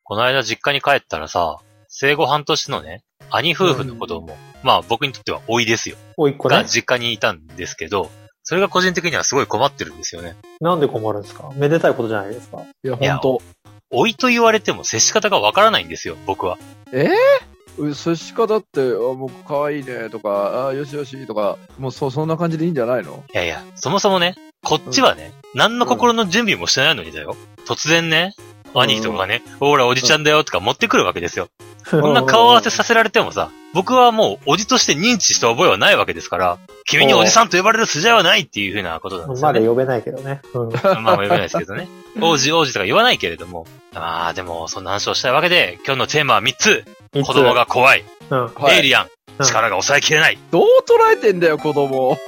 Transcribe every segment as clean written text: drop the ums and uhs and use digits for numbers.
この間実家に帰ったらさ、生後半年のね、兄夫婦の子供、まあ僕にとっては甥いですよ。 甥っ子ね。 が実家にいたんですけど、それが個人的にはすごい困ってるんですよね。 なんで困るんですか？めでたいことじゃないですか。 いや、ほんと。 甥いと言われても接し方がわからないんですよ、僕は。 接し方って、もう可愛いねとか、よしよしとか、もうそんな感じでいいんじゃないの？ いやいや、そもそもね、こっちはね、何の心の準備もしてないのにだよ。突然ね、兄とかがね、ほらおじちゃんだよとか持ってくるわけですよ。こんな顔合わせさせられてもさ、僕はもうおじとして認知した覚えはないわけですから、君におじさんと呼ばれる筋合いはないっていう風なことなんですよね。 まだ呼べないけどね。 まあ呼べないですけどね。王子とか言わないけれども。まあでも、そんな話をしたいわけで、今日のテーマは3つ。子供が怖い。エイリアン。力が抑えきれない。 どう捉えてんだよ、子供。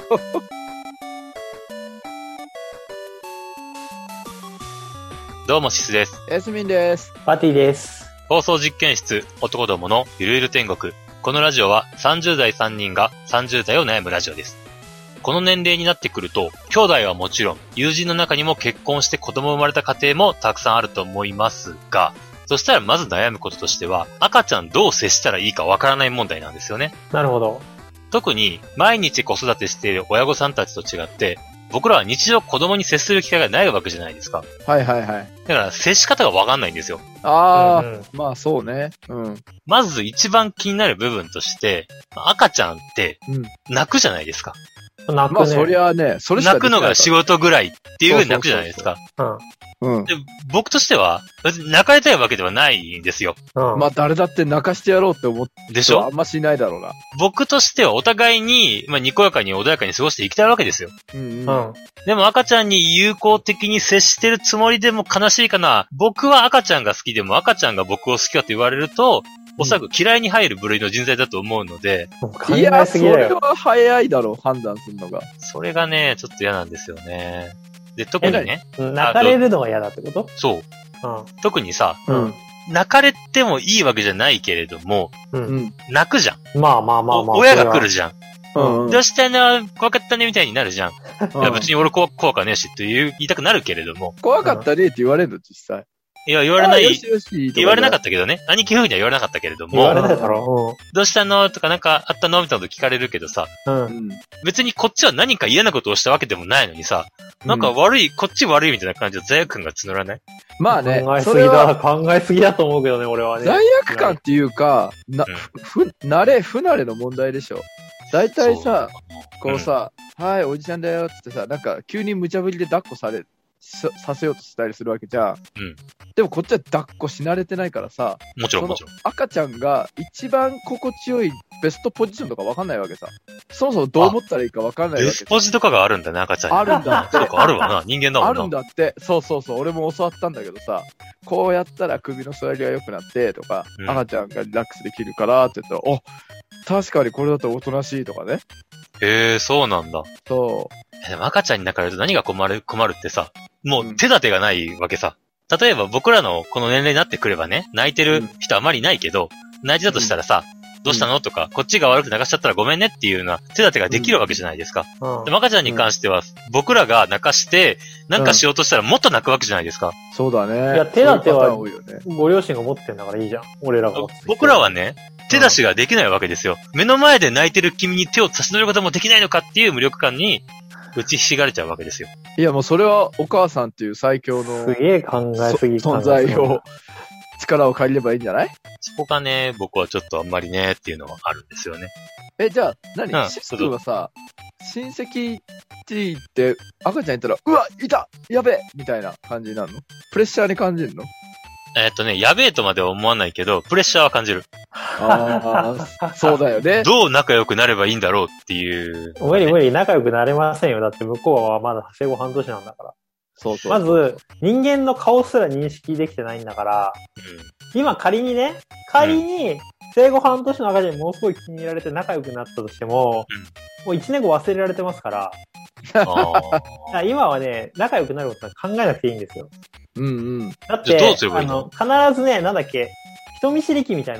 どうもシスです。 エスミンです。 パティです。 放送実験室、男どものゆるゆる天国。このラジオは30代3人が30代を悩むラジオです。この年齢になってくると、兄弟はもちろん、友人の中にも結婚して子供生まれた家庭もたくさんあると思いますが、そしたらまず悩むこととしては、赤ちゃんどう接したらいいかわからない問題なんですよね。 なるほど。 特に、毎日子育てしている親御さんたちと違って、僕らは日常子供に接する機会がないわけじゃないですか。 はいはいはい。 だから接し方がわかんないんですよ。 まあそうね。 まず一番気になる部分として、赤ちゃんって泣くじゃないですか。 泣くね。 まあそりゃね、それしか泣くのが仕事ぐらいっていう風に泣くじゃないですか。で僕としては、別に泣かれたいわけではないんですよ。 まあ誰だって泣かしてやろうって思って。 でしょ？ あんましないだろうな。 僕としてはお互いに、まあ、にこやかに穏やかに過ごしていきたいわけですよ。でも赤ちゃんに友好的に接してるつもりでも悲しいかな。僕は赤ちゃんが好きでも赤ちゃんが僕を好きかと言われると、おそらく嫌いに入る部類の人材だと思うので。 いや、それは早いだろう、判断するのが。 それがね、ちょっと嫌なんですよね。で、特にね。 泣かれるのが嫌だってこと？ そう。特にさ、泣かれてもいいわけじゃないけれども、泣くじゃん。 まあ。 親が来るじゃん。どうしたの？怖かったねみたいになるじゃん。いや別に俺怖かねえしって言いたくなるけれども。 怖かったねって言われるの実際。 いや、言われない。言われなかったけどね。兄貴夫婦には言われなかったけれども。 言われないだろ。 どうしたのとかなんかあったのみたいなこと聞かれるけどさ。別にこっちは何か嫌なことをしたわけでもないのにさ。なんかこっち悪いみたいな感じで罪悪感が募らない？ まあね。 考えすぎだと思うけどね、俺はね。 罪悪感っていうか、不慣れの問題でしょ。だいたいさ、こうさ、はい、おじちゃんだよってさ、なんか急に無茶ぶりで抱っこさせようとしたりするわけじゃん。でもこっちは抱っこし慣れてないからさ、 もちろん。 赤ちゃんが一番心地よいベストポジションとかわかんないわけさ。そもそもどう思ったらいいかわかんないわけ。 ベスポジとかがあるんだね、赤ちゃんに。 あるんだって。 あるわな、人間だもんな。 あるんだって。そう。俺も教わったんだけどさ、こうやったら首の座りが良くなってとか、赤ちゃんがリラックスできるからって言ったら、確かにこれだとおとなしいとかね。 へえ、そうなんだ。 そう。 でも赤ちゃんに泣かれると何が困るってさ、もう手立てがないわけさ。例えば僕らのこの年齢になってくればね、泣いてる人あまりいないけど、泣いてたとしたらさ、どうしたのとか、こっちが悪く流しちゃったらごめんねっていうような手立てができるわけじゃないですか。でも赤ちゃんに関しては、僕らが泣かして、なんかしようとしたらもっと泣くわけじゃないですか。 そうだね。 いや、手立てはご両親が持ってんだからいいじゃん。俺らが。 僕らはね、手出しができないわけですよ。目の前で泣いてる君に手を差し伸べることもできないのかっていう無力感に打ちひしがれちゃうわけですよ。 いやもうそれはお母さんっていう最強のすげえ考えすぎ存在を力を借りればいいんじゃない？ そこがね、僕はちょっとあんまりねっていうのはあるんですよね。 じゃあシス君はさ、親戚って言って赤ちゃんいたらうわいたやべえみたいな感じになるの？プレッシャーに感じるの？ やべえとまでは思わないけど、プレッシャーは感じる。 そうだよね。 どう仲良くなればいいんだろうっていう、 ね。無理、仲良くなれませんよ。だって向こうはまだ生後半年なんだから。そう。まず、人間の顔すら認識できてないんだから、今仮に生後半年の赤ちゃんにものすごい気に入られて仲良くなったとしても、もう1年後忘れられてますから、今はね、仲良くなることは考えなくていいんですよ。だって、必ずね、なんだっけ、人見知り期みたいなのあるじゃん。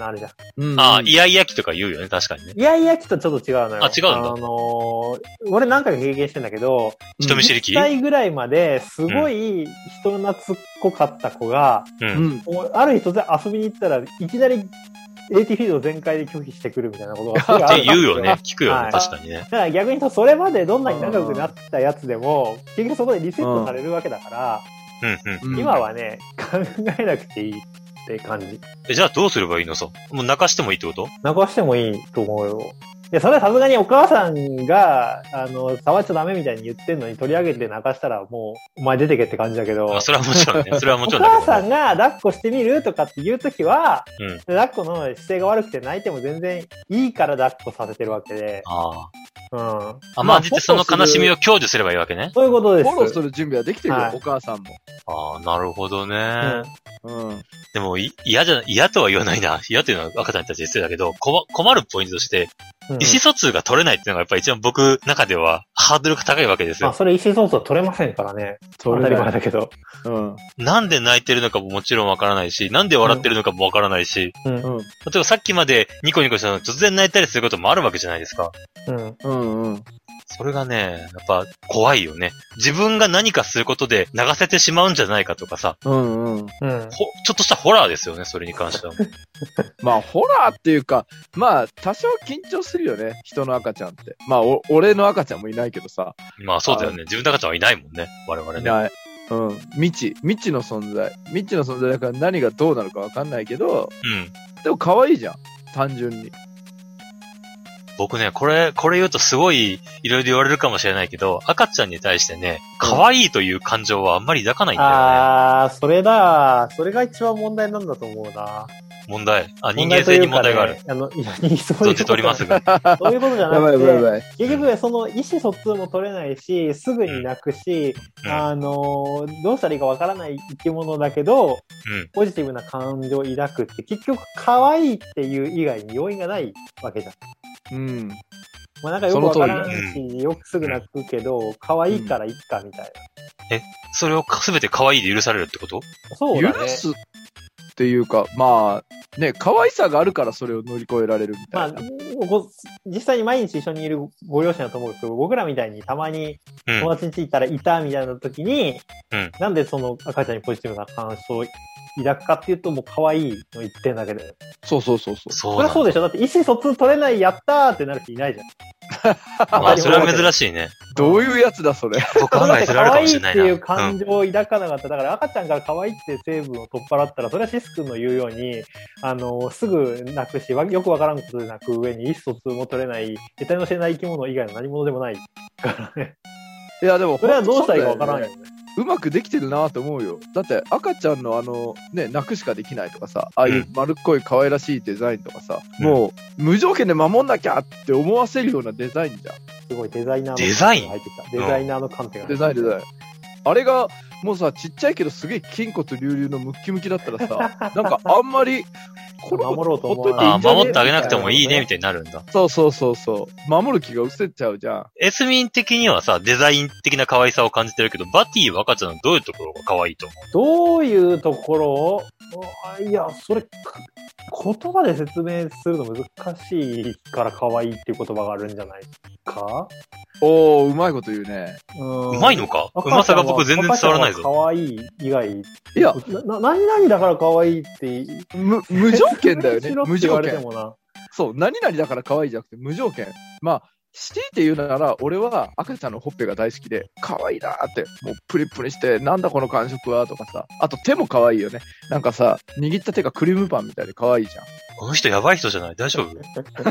イヤイヤ期とか言うよね、確かにね。 イヤイヤ期とちょっと違うのよ。 違うんだ。 俺何回か経験してんだけど、 人見知り期 ?1 歳ぐらいまですごい人懐っこかった子が、ある日突然遊びに行ったら、いきなり、AT フィード全開で拒否してくるみたいなことがすごいある。 って言うよね。聞くよね、確かにね。 だから逆に言うと、それまでどんなに仲良くなったやつでも、結局そこでリセットされるわけだから、今はね、考えなくていいって感じ。 じゃあどうすればいいのさ？もう泣かしてもいいってこと？ 泣かしてもいいと思うよ。いや、それはさすがにお母さんが、触っちゃダメみたいに言ってんのに取り上げて泣かしたらもう、お前出てけって感じだけど。 それはもちろんね。それはもちろんだけど、お母さんが抱っこしてみるとかって言うときは、抱っこの姿勢が悪くて泣いても全然いいから抱っこさせてるわけで。 甘んじてその悲しみを享受すればいいわけね。 そういうことです。 フォローする準備はできてるよ、お母さんも。 なるほどね。でも、嫌とは言わないな。嫌っていうのは赤ちゃんに対して失礼だけど、困るポイントとして、意思疎通が取れないっていうのがやっぱり一番僕の中ではハードルが高いわけですよ。 それ意思疎通は取れませんからね。当たり前だけど。 なんで泣いてるのかももちろんわからないし、なんで笑ってるのかもわからないし、例えばさっきまでニコニコしたの突然泣いたりすることもあるわけじゃないですか。それがね、やっぱ怖いよね。自分が何かすることで流せてしまうんじゃないかとかさ。ちょっとしたホラーですよね、それに関しては。 まあ、ホラーっていうか、まあ、多少緊張するよね、人の赤ちゃんって。まあ、俺の赤ちゃんもいないけどさ。 まあ、そうだよね。自分の赤ちゃんはいないもんね、我々ね。いない。未知の存在。未知の存在だから何がどうなるかわかんないけど、でも可愛いじゃん、単純に。 僕ね、これ言うとすごいいろいろ言われるかもしれないけど、赤ちゃんに対してね、可愛いという感情はあんまり抱かないんだよね。 それだ。それが一番問題なんだと思うな。 問題。人間性に問題がある。 存じておりますが。 そういうことじゃなくて、結局その意思疎通も取れないし、すぐに泣くし、どうしたらいいかわからない生き物だけど、ポジティブな感情を抱くって結局可愛いっていう以外に要因がないわけじゃん。まあなんかよくわからないし、よくすぐ泣くけど、可愛いからいっかみたいな。 それをすべて可愛いで許されるってこと？ そうだね。 許すっていうか、まあ、ね、可愛さがあるからそれを乗り越えられるみたいな。 実際に毎日一緒にいるご両親だと思うけど、僕らみたいにたまに友達に行ったらいたみたいな時に、なんでその赤ちゃんにポジティブな感想を抱くかっていうと、もう可愛いの言ってんだけど。 そう。 それはそうでしょ。だって意思疎通取れない、やったーってなる人いないじゃん。 まあ、それは珍しいね。 どういうやつだ、それ。 そう考えてられるかもしれないな。 可愛いっていう感情を抱かなかった。だから赤ちゃんから可愛いって成分を取っ払ったら、それはシス君の言うように、すぐ泣くし、よくわからんことで泣く上に意思疎通も取れない、得体の知れない生き物以外の何者でもないからね。 いや、でも、 それはどうしたらいいかわからんよね。 うまくできてるなと思うよ。だって赤ちゃんの泣くしかできないとかさ、ああいう丸っこい可愛らしいデザインとかさ、もう無条件で守んなきゃって思わせるようなデザインじゃん。 すごいデザイナーのデザイン入ってた。デザイナーの観点がデザイン。あれがもうさ、ちっちゃいけどすげえ筋骨隆々のムッキムキだったらさ、なんかあんまりこれ守ろうと思わない。守ってあげなくてもいいねみたいになるんだ。 そう。守る気が失せちゃうじゃん。 エスミン的にはさ、デザイン的な可愛さを感じてるけど、バティは赤ちゃんのどういうところが可愛いと思う？どういうところ？いや、それ、言葉で説明するの難しいから可愛いっていう言葉があるんじゃないか？ おー、うまいこと言うね。 うまいのか？うまさが僕全然伝わらないぞ。 可愛い以外。いや、 何々だから可愛いって。 無条件だよね。無条件。そう、何々だから可愛いじゃなくて無条件。まあ、強いて言うなら、俺は赤ちゃんのほっぺが大好きで、可愛いなーって、もうプリプリして、なんだこの感触はとかさ、あと手も可愛いよね。なんかさ、握った手がクリームパンみたいで可愛いじゃん。 この人やばい人じゃない？大丈夫？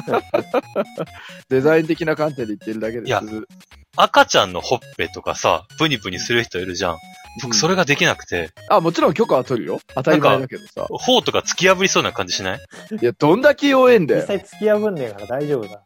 デザイン的な観点で言ってるだけです。 いや、赤ちゃんのほっぺとかさ、プニプニする人いるじゃん。僕それができなくて。 もちろん許可は取るよ。当たり前だけどさ。 頬とか突き破りそうな感じしない？ いや、どんだけ弱えんだよ。 実際突き破んねえから大丈夫だ。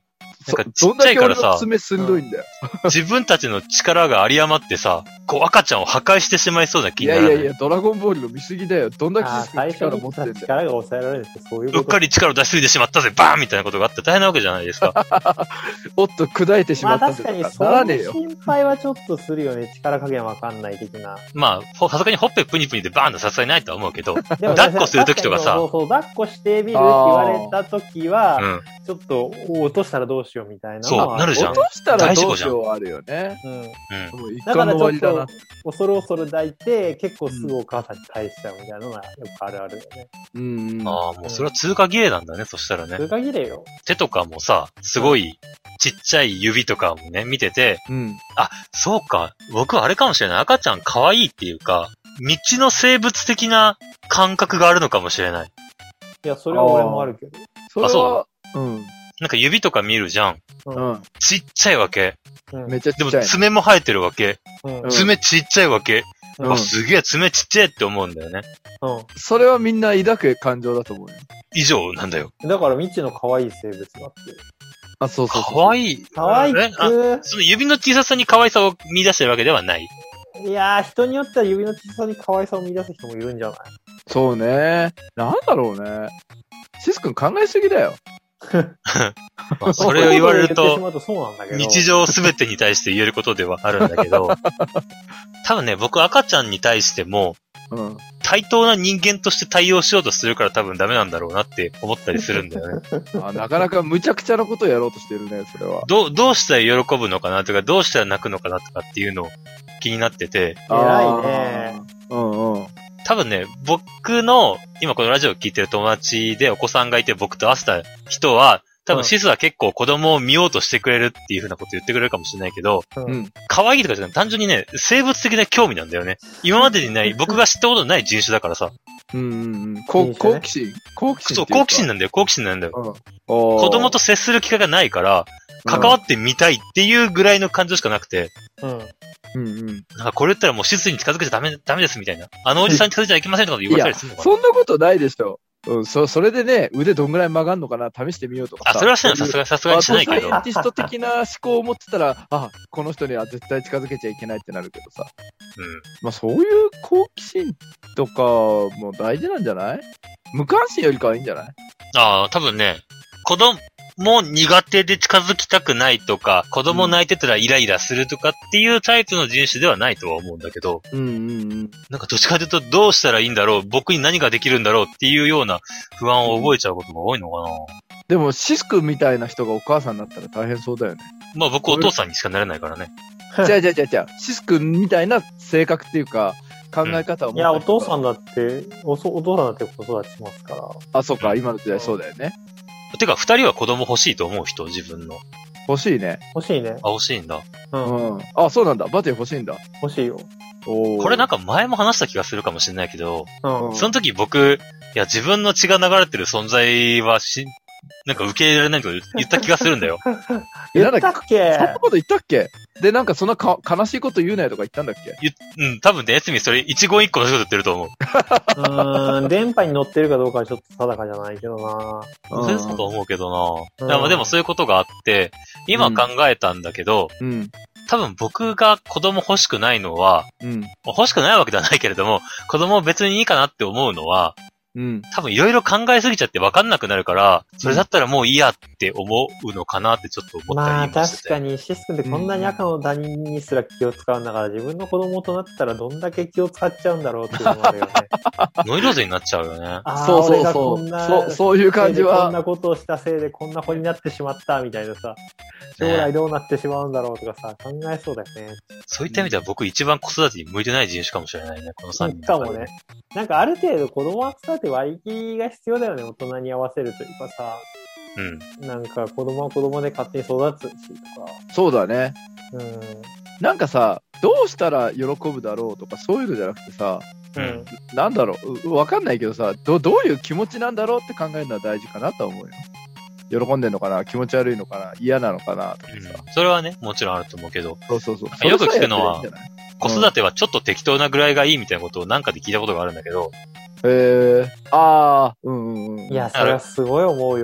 なんかちっちゃいからさ、 どんだけ俺の爪鋭いんだよ。 自分たちの力が有り余ってさ、こう赤ちゃんを破壊してしまいそうな気になる。 いや、ドラゴンボールの見過ぎだよ。どんだけ力持ってんだよ。力が抑えられるってそういうこと。 うっかり力を出しすぎてしまったぜ、バーンみたいなことがあって大変なわけじゃないですか。 おっと、砕いてしまったぜ。 確かにそういう心配はちょっとするよね。力加減わかんない的な。 まあ、さすがにほっぺプニプニでバーンとさすがにないとは思うけど、抱っこするときとかさ。 そう、抱っこしてみるって言われたときは、ちょっと落としたらどうしようみたいな。 そう、なるじゃん。 落としたらどうしようあるよね。 だからちょっと、恐る恐る抱いて、結構すぐお母さんに返しちゃうみたいなのがよくあるあるよね。 ああ、もうそれは通過儀礼なんだね、そしたらね。 通過儀礼よ。 手とかもさ、すごいちっちゃい指とかもね、見てて、あ、そうか、僕はあれかもしれない。赤ちゃん可愛いっていうか、未知の生物的な感覚があるのかもしれない。 いや、それは俺もあるけど。 あ、そう。なんか指とか見るじゃん。ちっちゃいわけ。 めっちゃちっちゃい。 でも爪も生えてるわけ。爪ちっちゃいわけ。すげえ爪ちっちゃいって思うんだよね。 それはみんな抱く感情だと思うよ。 以上なんだよ。 だから未知の可愛い生物だって。 あ、そう。 可愛い。 可愛い。 その指の小ささに可愛さを見出してるわけではない。 いやー、人によっては指の小ささに可愛さを見出す人もいるんじゃない？ そうね。なんだろうね。シス君考えすぎだよ。 まあそれを言われると、 と日常すべてに対して言えることではあるんだけど、多分ね、僕赤ちゃんに対しても、対等な人間として対応しようとするから多分ダメなんだろうなって思ったりするんだよね。 なかなか無茶苦茶なことをやろうとしてるね、それは。 どうしたら喜ぶのかなとか、どうしたら泣くのかなとかっていうのを気になってて。 偉いね。 多分ね、僕の、今このラジオを聞いてる友達でお子さんがいて僕と会った人は、多分シスは結構子供を見ようとしてくれるっていう風なこと言ってくれるかもしれないけど、可愛いとかじゃなくて単純にね、生物的な興味なんだよね。今までにない、僕が知ったことのない人種だからさ。 好奇心そう、好奇心なんだよ、好奇心なんだよ。子供と接する機会がないから、関わってみたいっていうぐらいの感情しかなくて。なんかこれ言ったらもうシスに近づけちゃダメですみたいな。あのおじさんに近づいちゃいけませんとか言われたりするのかな。 そんなことないでしょ。それでね、腕どんぐらい曲がんのかな、試してみようとかさ。 あ、それはしないの、さすがにしないけど。 サイエンティスト的な思考を持ってたら、この人には絶対近づけちゃいけないってなるけどさ。まあそういう好奇心とかも大事なんじゃない？無関心よりかはいいんじゃない？ ああ、多分ね、子供苦手で近づきたくないとか、子供泣いてたらイライラするとかっていうタイプの人種ではないとは思うんだけど、なんかどっちかというとどうしたらいいんだろう、僕に何ができるんだろうっていうような不安を覚えちゃうことが多いのかな。 でもシス君みたいな人がお母さんになったら大変そうだよね。 まあ僕お父さんにしかなれないからね。 じゃあ、シス君みたいな性格っていうか、考え方を持って、 いや、お父さんだって、お父さんだって子育てしますから。 あ、そうか、今の時代そうだよね。 てか、二人は子供欲しいと思う人、自分の。 欲しいね。 欲しいね。 あ、欲しいんだ。 あ、そうなんだ。バティ欲しいんだ。 欲しいよ。 これなんか前も話した気がするかもしれないけど、その時僕、いや、自分の血が流れてる存在はなんか受け入れられないと言った気がするんだよ。 言ったっけ？ そんなこと言ったっけ？で、なんかそんな悲しいこと言うなよとか言ったんだっけ？ 多分ね、エスミそれ一言一個のこと言ってると思う。電波に乗ってるかどうかはちょっと定かじゃないけどな。 そうと思うけどな。でもそういうことがあって、今考えたんだけど、多分僕が子供欲しくないのは、欲しくないわけではないけれども、子供別にいいかなって思うのは、多分いろいろ考えすぎちゃって分かんなくなるから、それだったらもういいやって思うのかなってちょっと思ったりまして。まあ確かにシス君ってこんなに赤の他人にすら気を使うんだから、自分の子供となったらどんだけ気を使っちゃうんだろうっていうのもあるよね。 ノイローゼになっちゃうよね。 そういう感じは。 こんなことをしたせいでこんな子になってしまったみたいなさ、将来どうなってしまうんだろうとかさ、考えそうだよね。 そういった意味では僕一番子育てに向いてない人種かもしれないね、この3人。 かもね。なんかある程度子供は育て割り切りが必要だよね、大人に合わせるというかさ。なんか子供は子供で勝手に育つしとか。 そうだね。なんかさ、どうしたら喜ぶだろうとかそういうのじゃなくてさ、なんだろう、わかんないけどさ、どういう気持ちなんだろうって考えるのは大事かなと思うよ。喜んでんのかな、気持ち悪いのかな、嫌なのかなとかさ、 それはね、もちろんあると思うけど。 そうよく聞くのは、子育てはちょっと適当なぐらいがいいみたいなことをなんかで聞いたことがあるんだけど。 いや、それはすごい思うよ。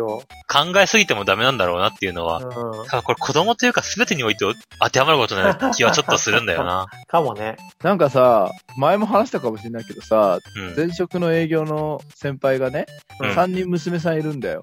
考えすぎてもダメなんだろうなっていうのは、これ子供というか全てにおいて当てはまることない気はちょっとするんだよな。 かもね。 なんかさ、前も話したかもしれないけどさ、前職の営業の先輩がね、3人娘さんいるんだよ。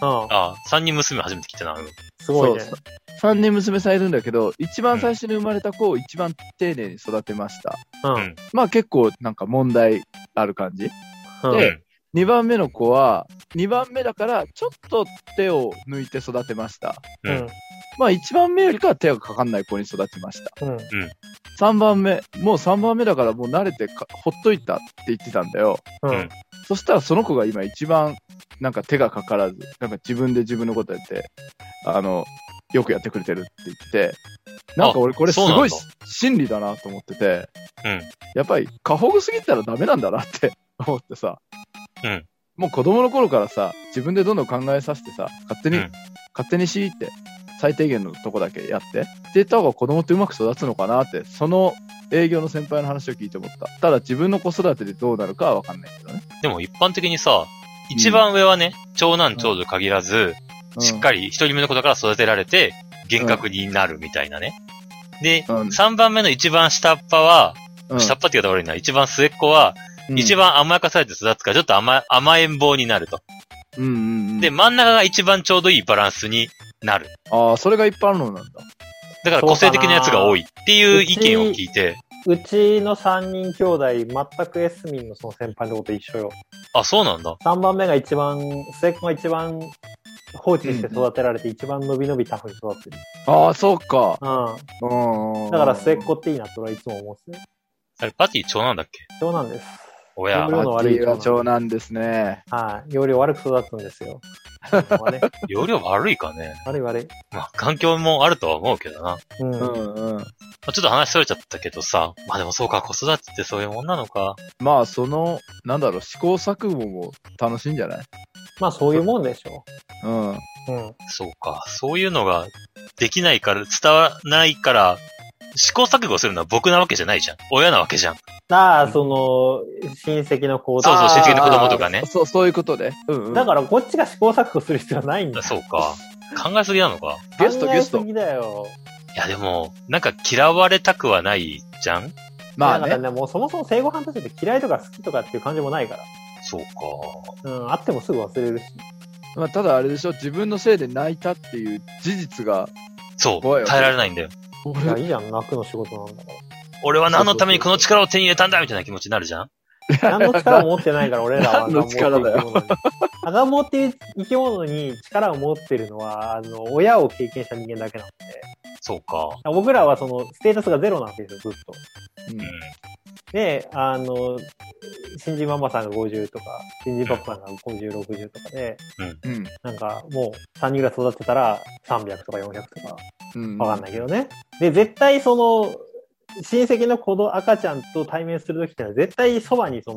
3人娘初めて聞いたな。 すごいね。 3人娘さんいるんだけど、一番最初に生まれた子を一番丁寧に育てました。まあ結構なんか問題ある感じ。で、2番目の子は、2番目だからちょっと手を抜いて育てました。まあ1番目よりかは手がかかんない子に育ちました。3番目、もう3番目だからもう慣れてほっといたって言ってたんだよ。そしたらその子が今一番なんか手がかからず、なんか自分で自分のことやって、よくやってくれてるって言ってて、なんか俺これすごい真理だなと思ってて、やっぱり過保護すぎたらダメなんだなって思ってさ、もう子供の頃からさ、自分でどんどん考えさせてさ、勝手にしーって、最低限のとこだけやって、って言った方が子供ってうまく育つのかなって、その営業の先輩の話を聞いて思った。ただ自分の子育てでどうなるかはわかんないけどね。 でも一般的にさ、一番上はね、長男長女限らず、しっかり一人目の子だから育てられて、厳格になるみたいなね。で、3番目の一番下っ端は、下っ端って言うと悪いな、一番末っ子は、一番甘やかされて育つから、ちょっと甘えん坊になると。で、真ん中が一番ちょうどいいバランスになる。 ああ、それが一般論なんだ。 だから個性的なやつが多いっていう意見を聞いて。 うちの3人兄弟、全くエスミンのその先輩のこと一緒よ。 あ、そうなんだ。 3番目が一番、末っ子が一番放置して育てられて、一番伸び伸びタフに育ってる。 ああ、そうか。 だから末っ子っていいなって俺はいつも思うんですね。 あれ、パティ長男だっけ？ 長男です。 親。 パティは長男ですね。 はい。容量悪く育つんですよ。 容量悪いかね。 悪い。 まあ、環境もあるとは思うけどな。ちょっと話それちゃったけどさ。まあでもそうか、子育てってそういうもんなのか。 まあ、試行錯誤も楽しいんじゃない？ まあそういうもんでしょ。 そうか。そういうのができないから、伝わらないから、試行錯誤するのは僕なわけじゃないじゃん。親なわけじゃん。 親戚の子そう、親戚の子供とかね。 そういうことで。 だからこっちが試行錯誤する必要はないんだ。 そうか。考えすぎなのか。 ゲスト。考えすぎだよ。 いやでも、なんか嫌われたくはないじゃん？ まあね。だからね、もうそもそも生後半年で嫌いとか好きとかっていう感じもないから。 そうか。 あってもすぐ忘れるし。 まあただあれでしょ、自分のせいで泣いたっていう事実が。 そう、耐えられないんだよ。 いや、いいじゃん、泣くの仕事なんだから。 俺は何のためにこの力を手に入れたんだみたいな気持ちになるじゃん？ 何の力も持ってないから、俺らは。 何の力だよ。 赤ん坊っていう生き物に力を持ってるのは、親を経験した人間だけなんで。 そうか。 僕らはステータスがゼロなんですよ、ずっと。で、新人ママさんが50とか、新人パパさんが50、60とかで、なんかもう3人ぐらい育てたら300とか400とか、わかんないけどね。で、絶対親戚の赤ちゃんと対面するときってのは絶対そばに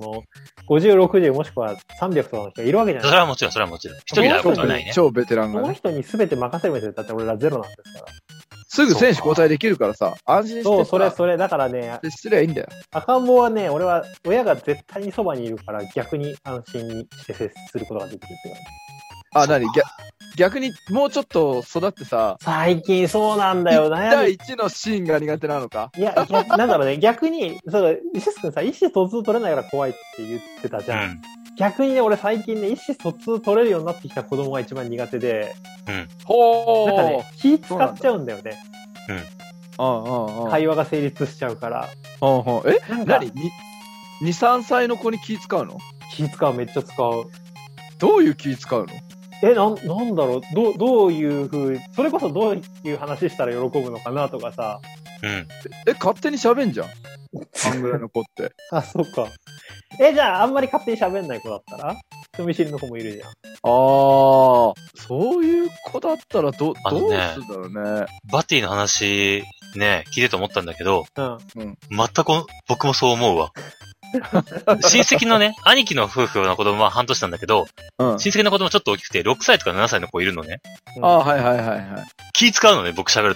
50、60もしくは300とかの人がいるわけじゃない。 それはもちろん。一人で会うことはないね。 超ベテランが、 その人に全て任せるわけだって俺らゼロなんですから。 すぐ選手交代できるからさ、安心して。 そう、それ、だからね。 すりゃいいんだよ。 赤ん坊はね、俺は親が絶対にそばにいるから逆に安心にして接することができるって感じ。逆にもうちょっと育ってさ。 最近そうなんだよ、 1対1のシーンが苦手なのか。 いや、なんだろうね、逆に、石津くんさ、意思疎通取れないから怖いって言ってたじゃん。逆にね、俺最近ね、意思疎通取れるようになってきた子供が一番苦手で、なんかね、気使っちゃうんだよね。会話が成立しちゃうから。 何 ?2、3歳の子に気使うの？ 気使う、めっちゃ使う。 どういう気使うの？ なんだろう、どういう風、それこそどういう話したら喜ぶのかなとかさ。 勝手に喋んじゃん。あんぐらいの子って。 あ、そっか。じゃあ、あんまり勝手に喋んない子だったら人見知りの子もいるじゃん。 そういう子だったらどうするんだろうね。 バティの話、ね、聞いてて思ったんだけど、全く僕もそう思うわ。親戚のね、兄貴の夫婦の子供は半年なんだけど、親戚の子供ちょっと大きくて、6歳とか7歳の子いるのね。 はい。 気使うのね、僕喋るときに。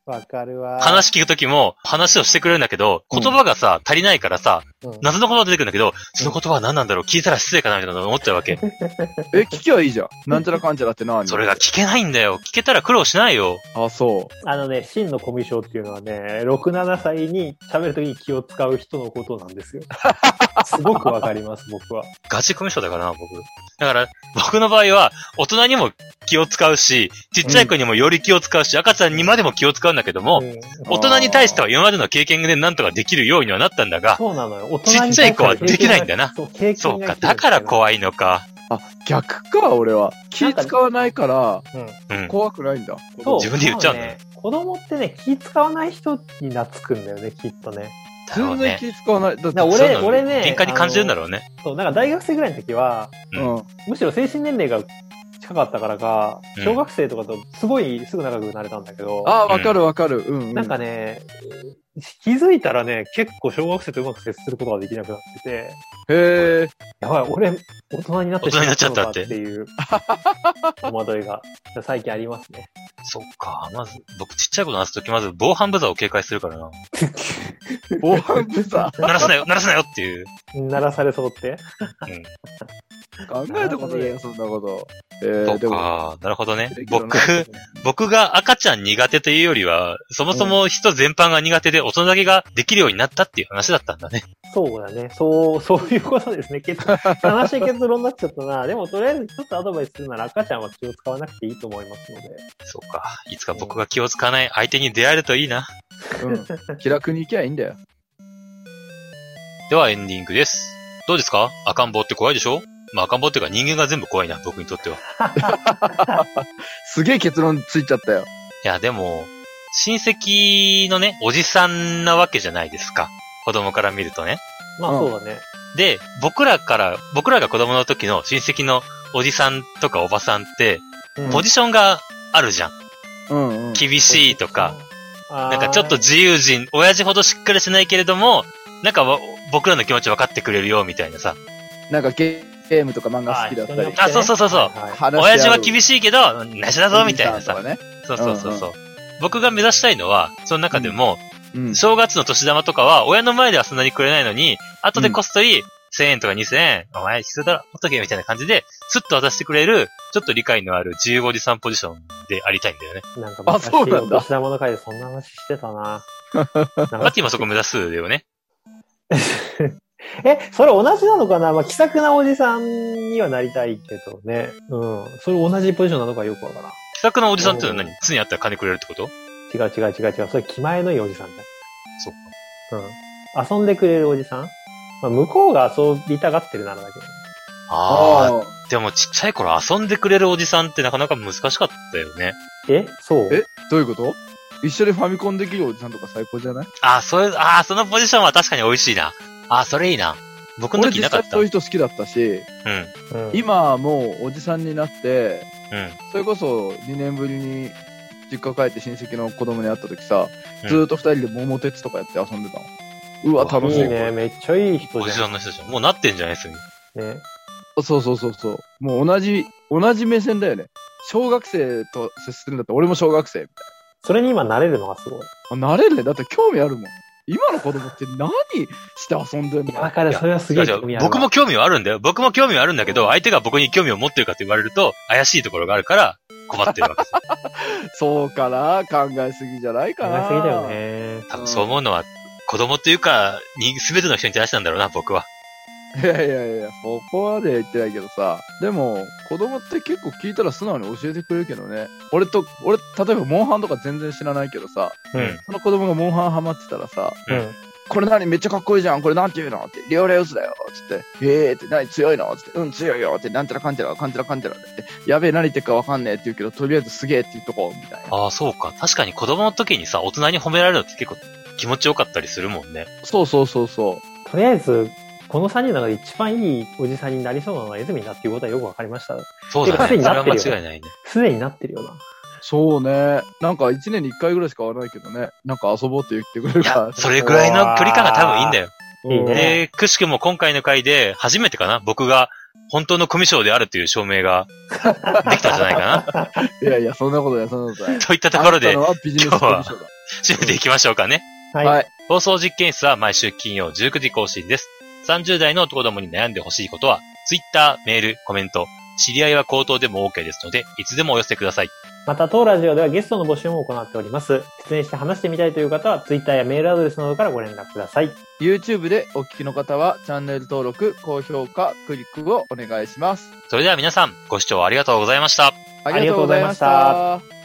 わかるわ。 話聞くときも話をしてくれるんだけど、言葉がさ、足りないからさ、謎の言葉出てくるんだけど、その言葉は何なんだろう聞いたら失礼かなみたいなの思っちゃうわけ。 聞きゃいいじゃん。なんちゃらかんちゃらって何？ それが聞けないんだよ。聞けたら苦労しないよ。 あ、そう。 真のコミュ障っていうのはね、6、7歳に喋るときに気を使う人のことなんですよ。すごくわかります、僕は。 ガチコミュ障だからな、僕。だから、僕の場合は、大人にも気を使うし、ちっちゃい子にもより気を使うし、赤ちゃんにまでも気を使うんだけども、大人に対しては今までの経験でなんとかできるようにはなったんだが、 そうなのよ。 ちっちゃい子はできないんだな。そうか、だから怖いのか。 あ、逆か、俺は。気使わないから、怖くないんだ。 自分で言っちゃうんだね。 子供ってね、気使わない人に懐くんだよね、きっとね。 全然気使わない。だって俺ね、 敏感に感じるんだろうね。 そう、なんか大学生ぐらいの時は、むしろ精神年齢が近かったからか、小学生とかとすごいすぐ仲良くなれたんだけど。 あ、わかるわかる。 なんかね、気づいたらね、結構小学生とうまく接することができなくなってて。 へー。 やばい、俺、大人になってしまったのかっていう、戸惑いが最近ありますね。 そっか。まず、僕ちっちゃい子と話すとき、まず防犯ブザーを警戒するからな。 防犯ブザー鳴らすなよ鳴らすなよっていう。 鳴らされそうって。 考えたことないよ、そんなこと。 そっか。なるほどね。僕が赤ちゃん苦手というよりは、そもそも人全般が苦手で大人だけができるようになったっていう話だったんだね。 そうだね。そういうことですね。悲しい結論になっちゃったな。でもとりあえずちょっとアドバイスするなら赤ちゃんは気を使わなくていいと思いますので。 そうか。いつか僕が気を使わない相手に出会えるといいな。 気楽に行きゃいいんだよ。 ではエンディングです。どうですか？赤ん坊って怖いでしょ？まあ赤ん坊っていうか人間が全部怖いな、僕にとっては。 すげえ結論ついちゃったよ。 いや、でも、親戚のね、おじさんなわけじゃないですか。子供から見るとね。 まあそうだね。 で、僕らが子供の時の親戚のおじさんとかおばさんって、ポジションがあるじゃん。厳しいとか、なんかちょっと自由人、親父ほどしっかりしないけれども、なんか僕らの気持ち分かってくれるよ、みたいなさ。 なんかゲームとか漫画好きだったり。 そう。親父は厳しいけど、なしだぞ、みたいなさ。そう。僕が目指したいのは、その中でも、正月の年玉とかは、親の前ではそんなにくれないのに、後でこっそり、1000円とか2000円、お前必要だろ、持っとけ、みたいな感じで、スッと渡してくれる、ちょっと理解のある自由おじさんポジションでありたいんだよね。 なんか昔、お年玉の回でそんな話してたな。 マッティもそこ目指すよね。 それ同じなのかな？まあ、気さくなおじさんにはなりたいけどね。それ同じポジションなのかよくわからん。 気さくなおじさんってのは何？常にあったら金くれるってこと？ 違う。それ気前のいいおじさんじゃん。 そうか。遊んでくれるおじさん？まあ、向こうが遊びたがってるならだけど。 でもちっちゃい頃遊んでくれるおじさんってなかなか難しかったよね。 そう？ どういうこと？一緒にファミコンできるおじさんとか最高じゃない？ そのポジションは確かに美味しいな。それいいな。僕の時いなかった。 俺実際そういう人好きだったし、今はもうおじさんになって、それこそ2年ぶりに実家帰って親戚の子供に会った時さ、ずーっと2人で桃鉄とかやって遊んでたの。うわ、楽しい。 いいね、めっちゃいい人じゃん。 おじさんの人じゃん。もうなってんじゃないですか。 ね。 そう。もう同じ目線だよね。小学生と接するんだったら俺も小学生みたいな。 それに今慣れるのがすごい。 慣れるね。だって興味あるもん。今の子供って何して遊んでんの？ わかる、それはすげえ興味ある。 僕も興味はあるんだよ。僕も興味はあるんだけど、相手が僕に興味を持ってるかって言われると、怪しいところがあるから困ってるわけです。 そうかな？考えすぎじゃないかな？ 考えすぎだよね。 多分そう思うのは、子供っていうか、すべての人に対してなんだろうな、僕は。 いや、そこまで言ってないけどさ。でも、子供って結構聞いたら素直に教えてくれるけどね。俺、例えばモンハンとか全然知らないけどさ、その子供がモンハンハマってたらさ、これ何めっちゃかっこいいじゃん。これなんて言うのって、リオレウスだよ。つって、って何強いのつって、強いよ。って、なんちゃらかんちゃらって、やべえ何言ってるかわかんねえって言うけど、とりあえずすげえって言っとこう、みたいな。 そうか。確かに子供の時にさ、大人に褒められるのって結構気持ちよかったりするもんね。 そう。 とりあえず、この3人の中で一番いいおじさんになりそうなのは泉だっていうことはよくわかりました。 そうだね。それは間違いないね。 すでになってるよな。 そうね。なんか1年に1回ぐらいしか会わないけどね。なんか遊ぼうって言ってくれるから。 それぐらいの距離感が多分いいんだよ。 いいね。 で、くしくも今回の回で初めてかな僕が本当のコミュ障であるという証明ができたんじゃないかな。 いや、そんなことない。 といったところで、 今日は締めていきましょうかね。 はい。 放送実験室は毎週金曜19時更新です。30代の男どもに悩んでほしいことは、Twitter、メール、コメント、知り合いは口頭でも OK ですので、いつでもお寄せください。 また、当ラジオではゲストの募集も行っております。出演して話してみたいという方は、Twitter やメールアドレスなどからご連絡ください。 YouTube でお聞きの方は、チャンネル登録、高評価、クリックをお願いします。 それでは皆さん、ご視聴ありがとうございました。 ありがとうございました。